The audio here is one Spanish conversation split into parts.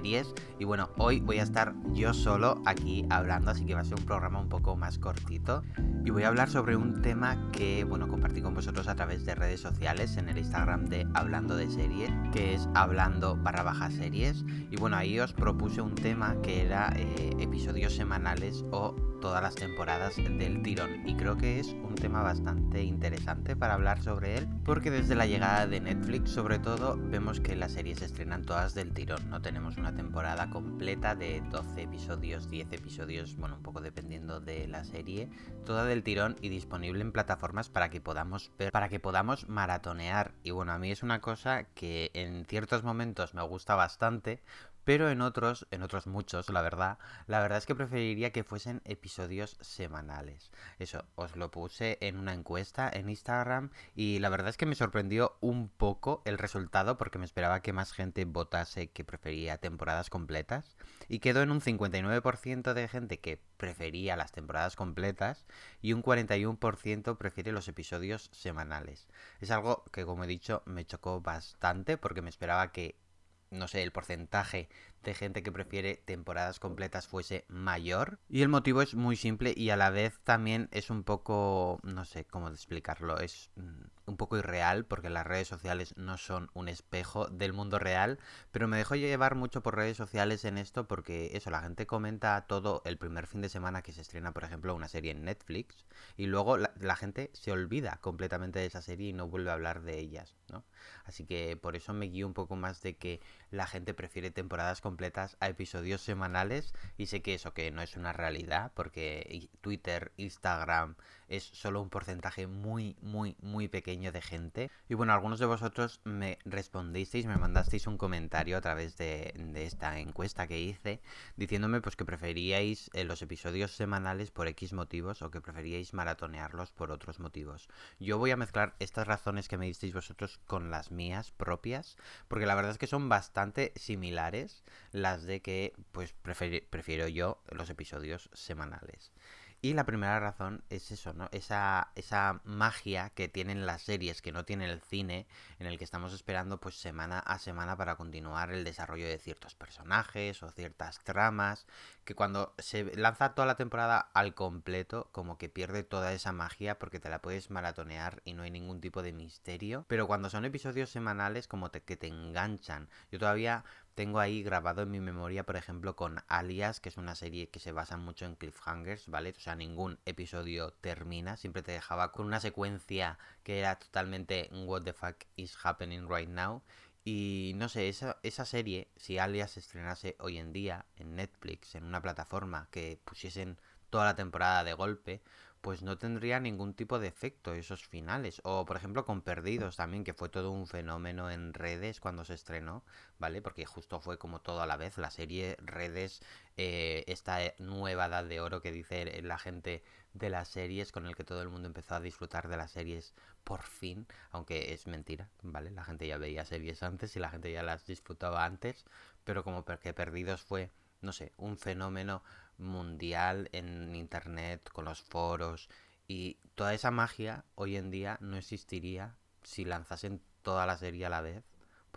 series. Y bueno, hoy voy a estar yo solo aquí hablando, así que va a ser un programa un poco más cortito. Y voy a hablar sobre un tema que, bueno, compartí con vosotros a través de redes sociales en el Instagram de Hablando de Series, que es hablando_series. Y bueno, ahí os propuse un tema que era episodios semanales o todas las temporadas del tirón, y creo que es un tema bastante interesante para hablar sobre él, porque desde la llegada de Netflix sobre todo vemos que las series se estrenan todas del tirón, no tenemos una temporada completa de 12 episodios, 10 episodios, bueno, un poco dependiendo de la serie, toda del tirón y disponible en plataformas para que podamos ver, para que podamos maratonear. Y bueno, a mí es una cosa que en ciertos momentos me gusta bastante, pero en otros muchos, la verdad es que preferiría que fuesen episodios semanales. Eso, os lo puse en una encuesta en Instagram y la verdad es que me sorprendió un poco el resultado porque me esperaba que más gente votase que prefería temporadas completas y quedó en un 59% de gente que prefería las temporadas completas y un 41% prefiere los episodios semanales. Es algo que, como he dicho, me chocó bastante porque me esperaba que, no sé, el porcentaje de gente que prefiere temporadas completas fuese mayor. Y el motivo es muy simple y a la vez también es un poco, no sé cómo explicarlo, es un poco irreal porque las redes sociales no son un espejo del mundo real, pero me dejo llevar mucho por redes sociales en esto porque eso, la gente comenta todo el primer fin de semana que se estrena, por ejemplo, una serie en Netflix y luego la gente se olvida completamente de esa serie y no vuelve a hablar de ellas, ¿no? Así que por eso me guío un poco más de que la gente prefiere temporadas completas a episodios semanales, y sé que eso que no es una realidad porque Twitter, Instagram es solo un porcentaje muy pequeño de gente. Y bueno, algunos de vosotros me respondisteis, me mandasteis un comentario a través de esta encuesta que hice diciéndome pues que preferíais los episodios semanales por X motivos o que preferíais maratonearlos por otros motivos. Yo voy a mezclar estas razones que me disteis vosotros con las mías propias, porque la verdad es que son bastante similares las de que pues prefiero yo los episodios semanales. Y la primera razón es eso, ¿no? Esa magia que tienen las series, que no tiene el cine, en el que estamos esperando pues semana a semana para continuar el desarrollo de ciertos personajes o ciertas tramas, que cuando se lanza toda la temporada al completo, como que pierde toda esa magia porque te la puedes maratonear y no hay ningún tipo de misterio. Pero cuando son episodios semanales, como que te enganchan. Yo todavía tengo ahí grabado en mi memoria, por ejemplo, con Alias, que es una serie que se basa mucho en cliffhangers, ¿vale? O sea, ningún episodio termina, siempre te dejaba con una secuencia que era totalmente what the fuck is happening right now. Y no sé, esa serie, si Alias se estrenase hoy en día en Netflix, en una plataforma que pusiesen toda la temporada de golpe, pues no tendría ningún tipo de efecto esos finales. O por ejemplo con Perdidos también, que fue todo un fenómeno en redes cuando se estrenó, ¿vale? Porque justo fue como todo a la vez, la serie, redes, esta nueva edad de oro que dice la gente de las series, con el que todo el mundo empezó a disfrutar de las series por fin, aunque es mentira, ¿vale? La gente ya veía series antes y la gente ya las disfrutaba antes, pero como que Perdidos fue, no sé, un fenómeno mundial en internet, con los foros, y toda esa magia hoy en día no existiría si lanzasen toda la serie a la vez,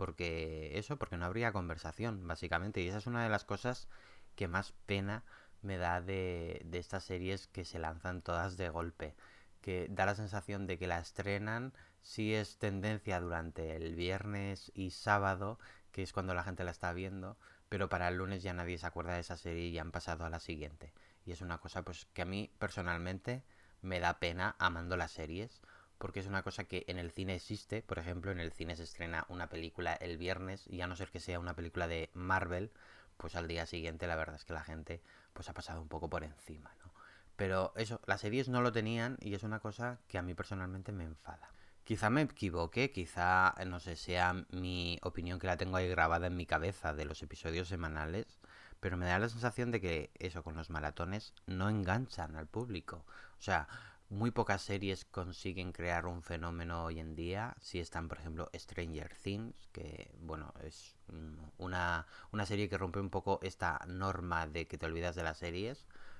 porque no habría conversación, básicamente, y esa es una de las cosas que más pena me da de estas series que se lanzan todas de golpe, que da la sensación de que la estrenan, sí es tendencia durante el viernes y sábado, que es cuando la gente la está viendo, pero para el lunes ya nadie se acuerda de esa serie y ya han pasado a la siguiente. Y es una cosa pues que a mí personalmente me da pena amando las series, porque es una cosa que en el cine existe. Por ejemplo, en el cine se estrena una película el viernes y a no ser que sea una película de Marvel, pues al día siguiente la verdad es que la gente pues ha pasado un poco por encima, ¿no? Pero eso, las series no lo tenían y es una cosa que a mí personalmente me enfada. Quizá me equivoque, quizá, no sé, sea mi opinión que la tengo ahí grabada en mi cabeza de los episodios semanales, pero me da la sensación de que eso, con los maratones, no enganchan al público. O sea, muy pocas series consiguen crear un fenómeno hoy en día. Si están, por ejemplo, Stranger Things, que, bueno, es una serie que rompe un poco esta norma de que te olvidas de las series,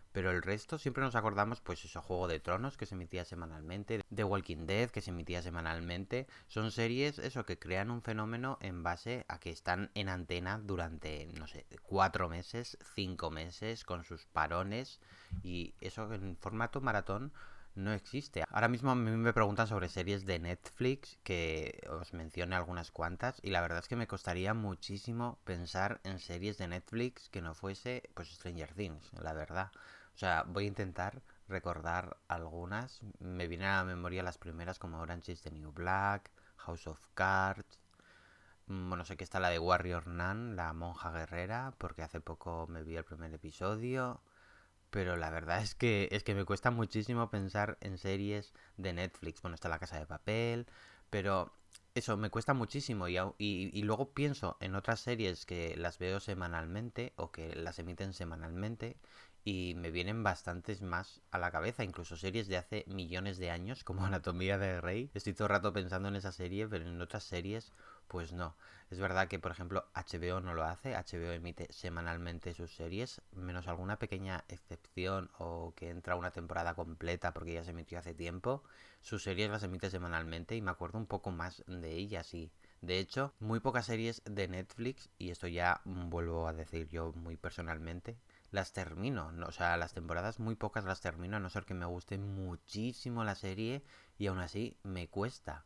Pero el resto siempre nos acordamos, pues eso, Juego de Tronos, que se emitía semanalmente, The Walking Dead, que se emitía semanalmente. Son series, eso, que crean un fenómeno en base a que están en antena durante, no sé, 4 meses, 5 meses, con sus parones. Y eso en formato maratón no existe. Ahora mismo a mí me preguntan sobre series de Netflix, que os mencione algunas cuantas, y la verdad es que me costaría muchísimo pensar en series de Netflix que no fuese, pues, Stranger Things, la verdad. O sea, voy a intentar recordar algunas. Me vienen a la memoria las primeras como Orange is the New Black, House of Cards. Bueno, sé que está la de Warrior Nun, la monja guerrera, porque hace poco me vi el primer episodio. Pero la verdad es que me cuesta muchísimo pensar en series de Netflix. Bueno, está La Casa de Papel, pero eso me cuesta muchísimo y luego pienso en otras series que las veo semanalmente o que las emiten semanalmente y me vienen bastantes más a la cabeza, incluso series de hace millones de años como Anatomía de Grey. Estoy todo el rato pensando en esa serie, pero en otras series pues no. Es verdad que, por ejemplo, HBO no lo hace. HBO emite semanalmente sus series, menos alguna pequeña excepción o que entra una temporada completa porque ya se emitió hace tiempo. Sus series las emite semanalmente y me acuerdo un poco más de ellas y... De hecho, muy pocas series de Netflix, y esto ya vuelvo a decir yo muy personalmente, las termino. O sea, las temporadas muy pocas las termino, a no ser que me guste muchísimo la serie y aún así me cuesta.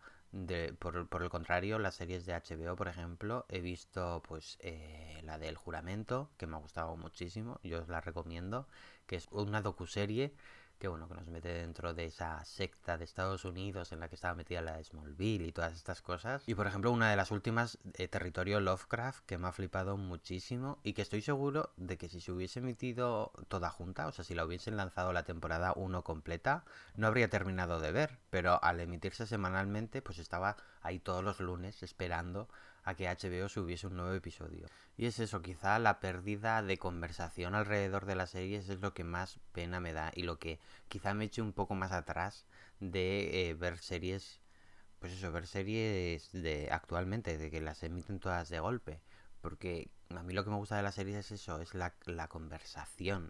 Por el contrario, las series de HBO, por ejemplo, he visto pues la del Juramento, que me ha gustado muchísimo, yo os la recomiendo, que es una docuserie que bueno, que nos mete dentro de esa secta de Estados Unidos en la que estaba metida la de Smallville y todas estas cosas. Y por ejemplo, una de las últimas, Territorio Lovecraft, que me ha flipado muchísimo y que estoy seguro de que si se hubiese emitido toda junta, o sea, si la hubiesen lanzado la temporada 1 completa, no habría terminado de ver, pero al emitirse semanalmente, pues estaba ahí todos los lunes esperando a que HBO subiese un nuevo episodio. Y es eso, quizá la pérdida de conversación alrededor de las series es lo que más pena me da y lo que quizá me eche un poco más atrás de ver series, pues eso, ver series de actualmente, de que las emiten todas de golpe. Porque a mí lo que me gusta de las series es eso, es la conversación,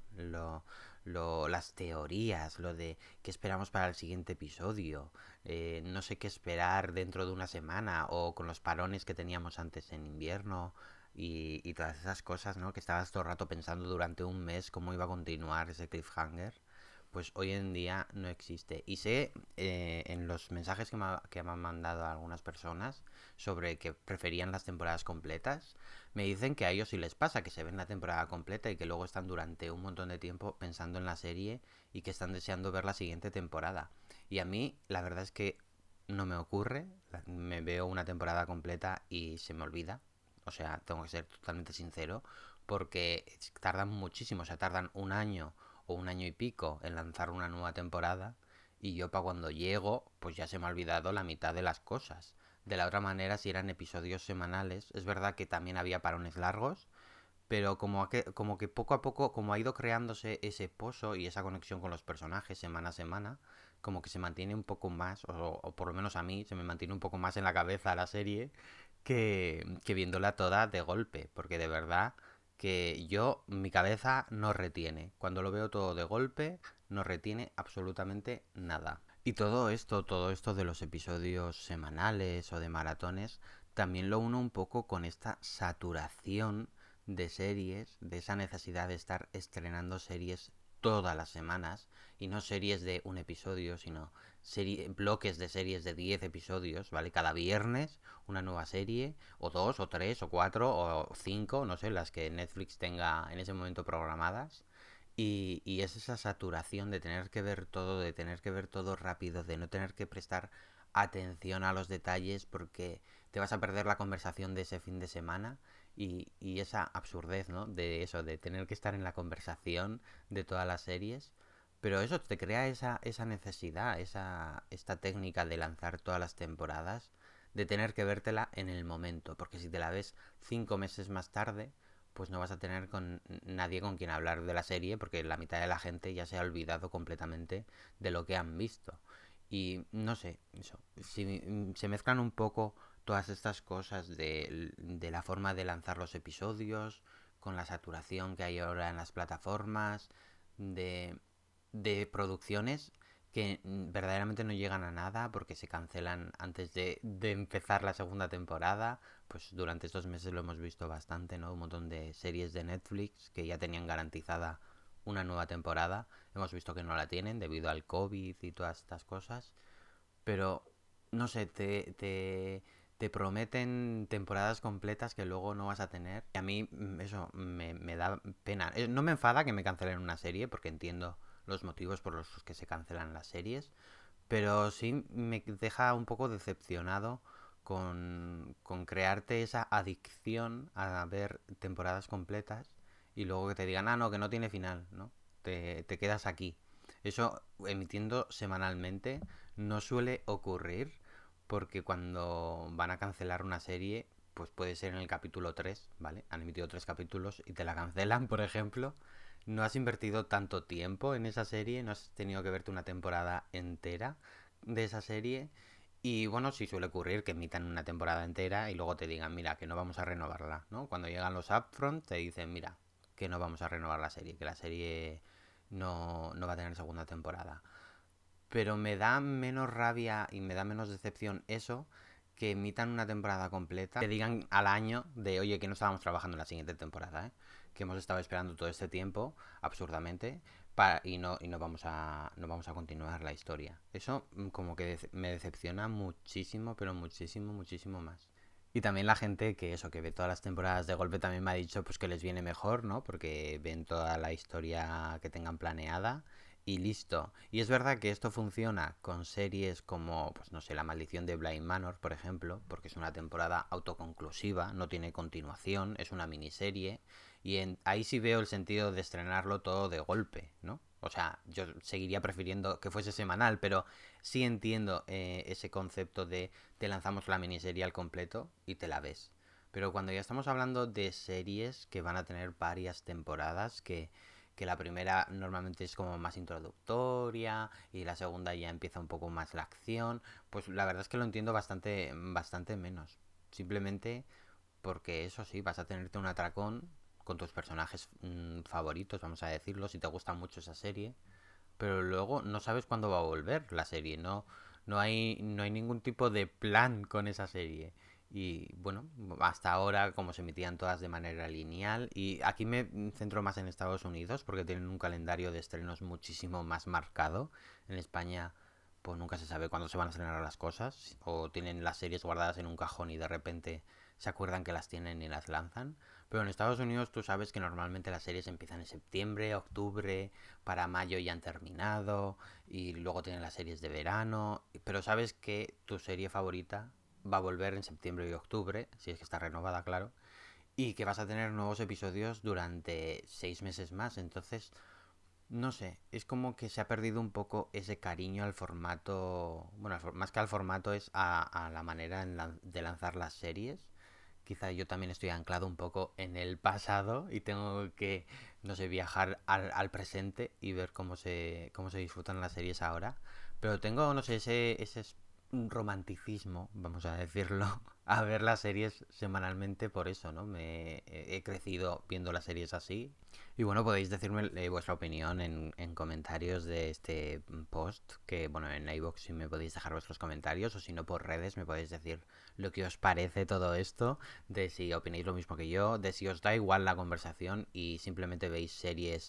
las teorías, lo de qué esperamos para el siguiente episodio, no sé qué esperar dentro de una semana o con los parones que teníamos antes en invierno y todas esas cosas, ¿no? Que estabas todo el rato pensando durante un mes cómo iba a continuar ese cliffhanger, pues hoy en día no existe. Y sé en los mensajes que me han mandado algunas personas sobre que preferían las temporadas completas, me dicen que a ellos sí les pasa, que se ven la temporada completa y que luego están durante un montón de tiempo pensando en la serie y que están deseando ver la siguiente temporada. Y a mí la verdad es que no me ocurre, me veo una temporada completa y se me olvida. O sea, tengo que ser totalmente sincero, porque tardan muchísimo, o sea, tardan un año o un año y pico en lanzar una nueva temporada y yo para cuando llego pues ya se me ha olvidado la mitad de las cosas. De la otra manera, si eran episodios semanales, es verdad que también había parones largos, pero como que poco a poco, como ha ido creándose ese pozo y esa conexión con los personajes semana a semana, como que se mantiene un poco más, o por lo menos a mí, se me mantiene un poco más en la cabeza la serie que viéndola toda de golpe, porque de verdad que yo, mi cabeza no retiene. Cuando lo veo todo de golpe, no retiene absolutamente nada. Y todo esto de los episodios semanales o de maratones, también lo uno un poco con esta saturación de series, de esa necesidad de estar estrenando series todas las semanas y no series de un episodio, sino bloques de series de 10 episodios, ¿vale? Cada viernes una nueva serie, o dos, o tres, o cuatro, o cinco, no sé, las que Netflix tenga en ese momento programadas. Y es esa saturación de tener que ver todo, de tener que ver todo rápido, de no tener que prestar atención a los detalles porque te vas a perder la conversación de ese fin de semana y esa absurdez, ¿no? De eso, de tener que estar en la conversación de todas las series. Pero eso te crea esa necesidad, esta técnica de lanzar todas las temporadas, de tener que vértela en el momento. Porque si te la ves 5 meses más tarde, pues no vas a tener con nadie con quien hablar de la serie porque la mitad de la gente ya se ha olvidado completamente de lo que han visto. Y no sé, eso, si se mezclan un poco todas estas cosas de la forma de lanzar los episodios, con la saturación que hay ahora en las plataformas, de, de producciones que verdaderamente no llegan a nada porque se cancelan antes de empezar la segunda temporada. Pues durante estos meses lo hemos visto bastante, ¿no? Un montón de series de Netflix que ya tenían garantizada una nueva temporada. Hemos visto que no la tienen debido al COVID y todas estas cosas. Pero, no sé, te prometen temporadas completas que luego no vas a tener. Y a mí eso me da pena. No me enfada que me cancelen una serie porque entiendo los motivos por los que se cancelan las series, pero sí me deja un poco decepcionado con crearte esa adicción a ver temporadas completas y luego que te digan, ah, no, que no tiene final, ¿no? Te quedas aquí. Eso emitiendo semanalmente no suele ocurrir porque cuando van a cancelar una serie, pues puede ser en el capítulo 3, ¿vale? Han emitido 3 capítulos y te la cancelan, por ejemplo. No has invertido tanto tiempo en esa serie, no has tenido que verte una temporada entera de esa serie. Y bueno, sí suele ocurrir que emitan una temporada entera y luego te digan, mira, que no vamos a renovarla, ¿no? Cuando llegan los upfront te dicen, mira, que no vamos a renovar la serie, que la serie no va a tener segunda temporada. Pero me da menos rabia y me da menos decepción eso que emitan una temporada completa, que digan al año de, oye, que no estábamos trabajando en la siguiente temporada, ¿eh? Que hemos estado esperando todo este tiempo, absurdamente, no vamos a continuar la historia. Eso como que me decepciona muchísimo, pero muchísimo, muchísimo más. Y también la gente que eso, que ve todas las temporadas de golpe también me ha dicho pues que les viene mejor, ¿no? Porque ven toda la historia que tengan planeada y listo. Y es verdad que esto funciona con series como, pues no sé, La Maldición de Bly Manor, por ejemplo, porque es una temporada autoconclusiva, no tiene continuación, es una miniserie, y ahí sí veo el sentido de estrenarlo todo de golpe, ¿no? O sea, yo seguiría prefiriendo que fuese semanal, pero sí entiendo ese concepto de te lanzamos la miniserie al completo y te la ves. Pero cuando ya estamos hablando de series que van a tener varias temporadas, que la primera normalmente es como más introductoria y la segunda ya empieza un poco más la acción, pues la verdad es que lo entiendo bastante menos. Simplemente porque eso sí, vas a tenerte un atracón con tus personajes favoritos, vamos a decirlo, si te gusta mucho esa serie, pero luego no sabes cuándo va a volver la serie, no hay ningún tipo de plan con esa serie. Y bueno, hasta ahora como se emitían todas de manera lineal, y aquí me centro más en Estados Unidos porque tienen un calendario de estrenos muchísimo más marcado. En España pues nunca se sabe cuándo se van a estrenar las cosas, o tienen las series guardadas en un cajón y de repente se acuerdan que las tienen y las lanzan. Pero en Estados Unidos tú sabes que normalmente las series empiezan en septiembre, octubre, para mayo ya han terminado y luego tienen las series de verano, pero sabes que tu serie favorita va a volver en septiembre y octubre, si es que está renovada, claro, y que vas a tener nuevos episodios durante 6 meses más. Entonces, no sé, es como que se ha perdido un poco ese cariño al formato, bueno, más que al formato es a la manera de lanzar las series. Quizá yo también estoy anclado un poco en el pasado y tengo que, no sé, viajar al presente y ver cómo se disfrutan las series ahora. Pero tengo, no sé, ese romanticismo, vamos a decirlo, a ver las series semanalmente por eso, ¿no? He crecido viendo las series así. Y bueno, podéis decirme vuestra opinión en comentarios de este post, que bueno, en iVoox sí me podéis dejar vuestros comentarios, o si no por redes me podéis decir lo que os parece todo esto, de si opináis lo mismo que yo, de si os da igual la conversación y simplemente veis series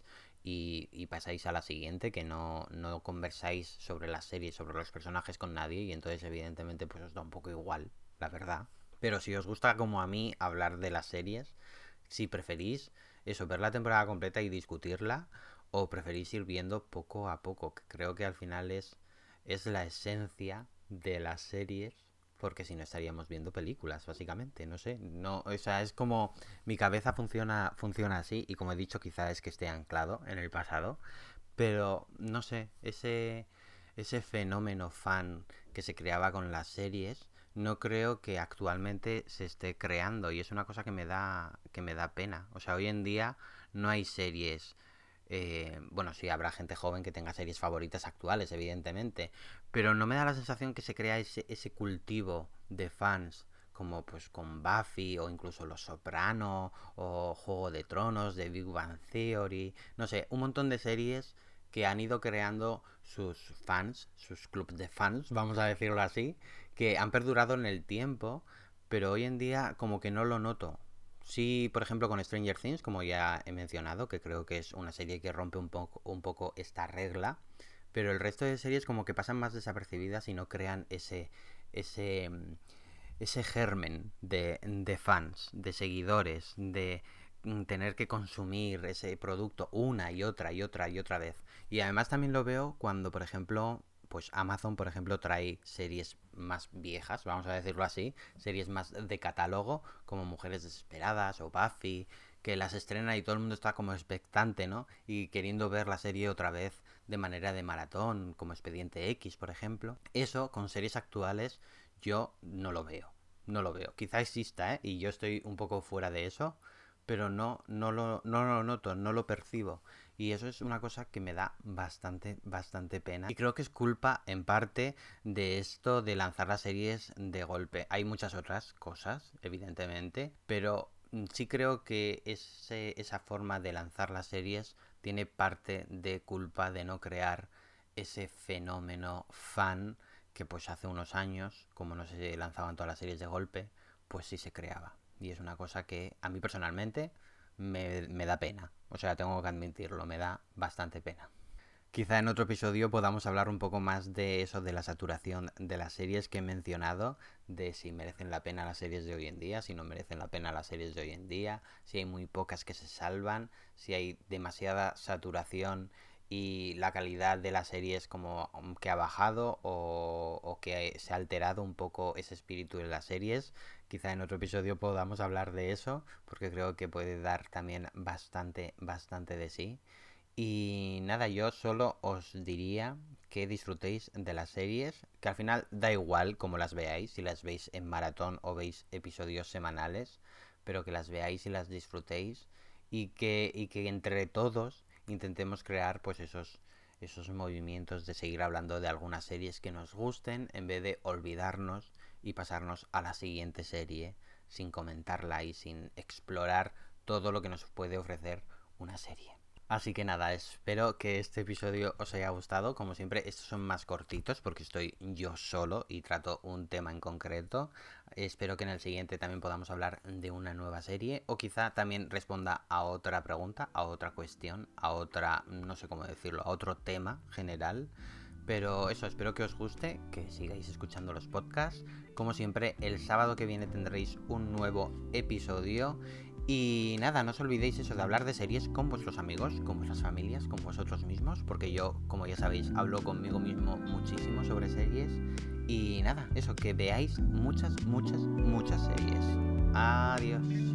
y pasáis a la siguiente, que no conversáis sobre las series, sobre los personajes con nadie, y entonces evidentemente pues os da un poco igual, la verdad. Pero si os gusta como a mí hablar de las series, si preferís eso, ver la temporada completa y discutirla, o preferís ir viendo poco a poco, que creo que al final es la esencia de las series, porque si no estaríamos viendo películas, básicamente, no sé, no, o sea, es como mi cabeza funciona así, y como he dicho, quizá es que esté anclado en el pasado, pero no sé, ese fenómeno fan que se creaba con las series, no creo que actualmente se esté creando, y es una cosa que me da pena. O sea, hoy en día no hay series. Bueno, sí, habrá gente joven que tenga series favoritas actuales, evidentemente, pero no me da la sensación que se crea ese cultivo de fans como pues con Buffy o incluso Los Soprano o Juego de Tronos, de Big Bang Theory, no sé, un montón de series que han ido creando sus fans, sus clubs de fans, vamos a decirlo así, que han perdurado en el tiempo, pero hoy en día como que no lo noto. Sí, por ejemplo, con Stranger Things, como ya he mencionado, que creo que es una serie que rompe un poco esta regla, pero el resto de series como que pasan más desapercibidas y no crean ese, ese germen de fans, de seguidores, de tener que consumir ese producto una y otra y otra y otra vez. Y además también lo veo cuando, por ejemplo, pues Amazon, por ejemplo, trae series más viejas, vamos a decirlo así, series más de catálogo, como Mujeres Desesperadas o Buffy, que las estrena y todo el mundo está como expectante, ¿no? Y queriendo ver la serie otra vez de manera de maratón, como Expediente X, por ejemplo. Eso, con series actuales, yo no lo veo. No lo veo. Quizá exista, ¿eh? Y yo estoy un poco fuera de eso, pero no lo noto, no lo percibo. Y eso es una cosa que me da bastante pena. Y creo que es culpa, en parte, de esto de lanzar las series de golpe. Hay muchas otras cosas, evidentemente, pero sí creo que esa forma de lanzar las series tiene parte de culpa de no crear ese fenómeno fan que pues hace unos años, como no se lanzaban todas las series de golpe, pues sí se creaba. Y es una cosa que a mí personalmente me da pena. O sea, tengo que admitirlo, me da bastante pena. Quizá en otro episodio podamos hablar un poco más de eso, de la saturación de las series que he mencionado, de si merecen la pena las series de hoy en día, si no merecen la pena las series de hoy en día, si hay muy pocas que se salvan, si hay demasiada saturación y la calidad de las series como que ha bajado o que se ha alterado un poco ese espíritu de las series. Quizá en otro episodio podamos hablar de eso, porque creo que puede dar también bastante de sí. Y nada, yo solo os diría que disfrutéis de las series, que al final da igual cómo las veáis, si las veis en maratón o veis episodios semanales, pero que las veáis y las disfrutéis y que entre todos intentemos crear pues esos movimientos de seguir hablando de algunas series que nos gusten en vez de olvidarnos y pasarnos a la siguiente serie sin comentarla y sin explorar todo lo que nos puede ofrecer una serie. Así que nada, espero que este episodio os haya gustado. Como siempre, estos son más cortitos porque estoy yo solo y trato un tema en concreto. Espero que en el siguiente también podamos hablar de una nueva serie o quizá también responda a otra pregunta, a otra cuestión, a otra, no sé cómo decirlo, a otro tema general. Pero eso, espero que os guste, que sigáis escuchando los podcasts. Como siempre, el sábado que viene tendréis un nuevo episodio. Y nada, no os olvidéis eso de hablar de series con vuestros amigos, con vuestras familias, con vosotros mismos, porque yo, como ya sabéis, hablo conmigo mismo muchísimo sobre series. Y nada, eso, que veáis muchas series. Adiós.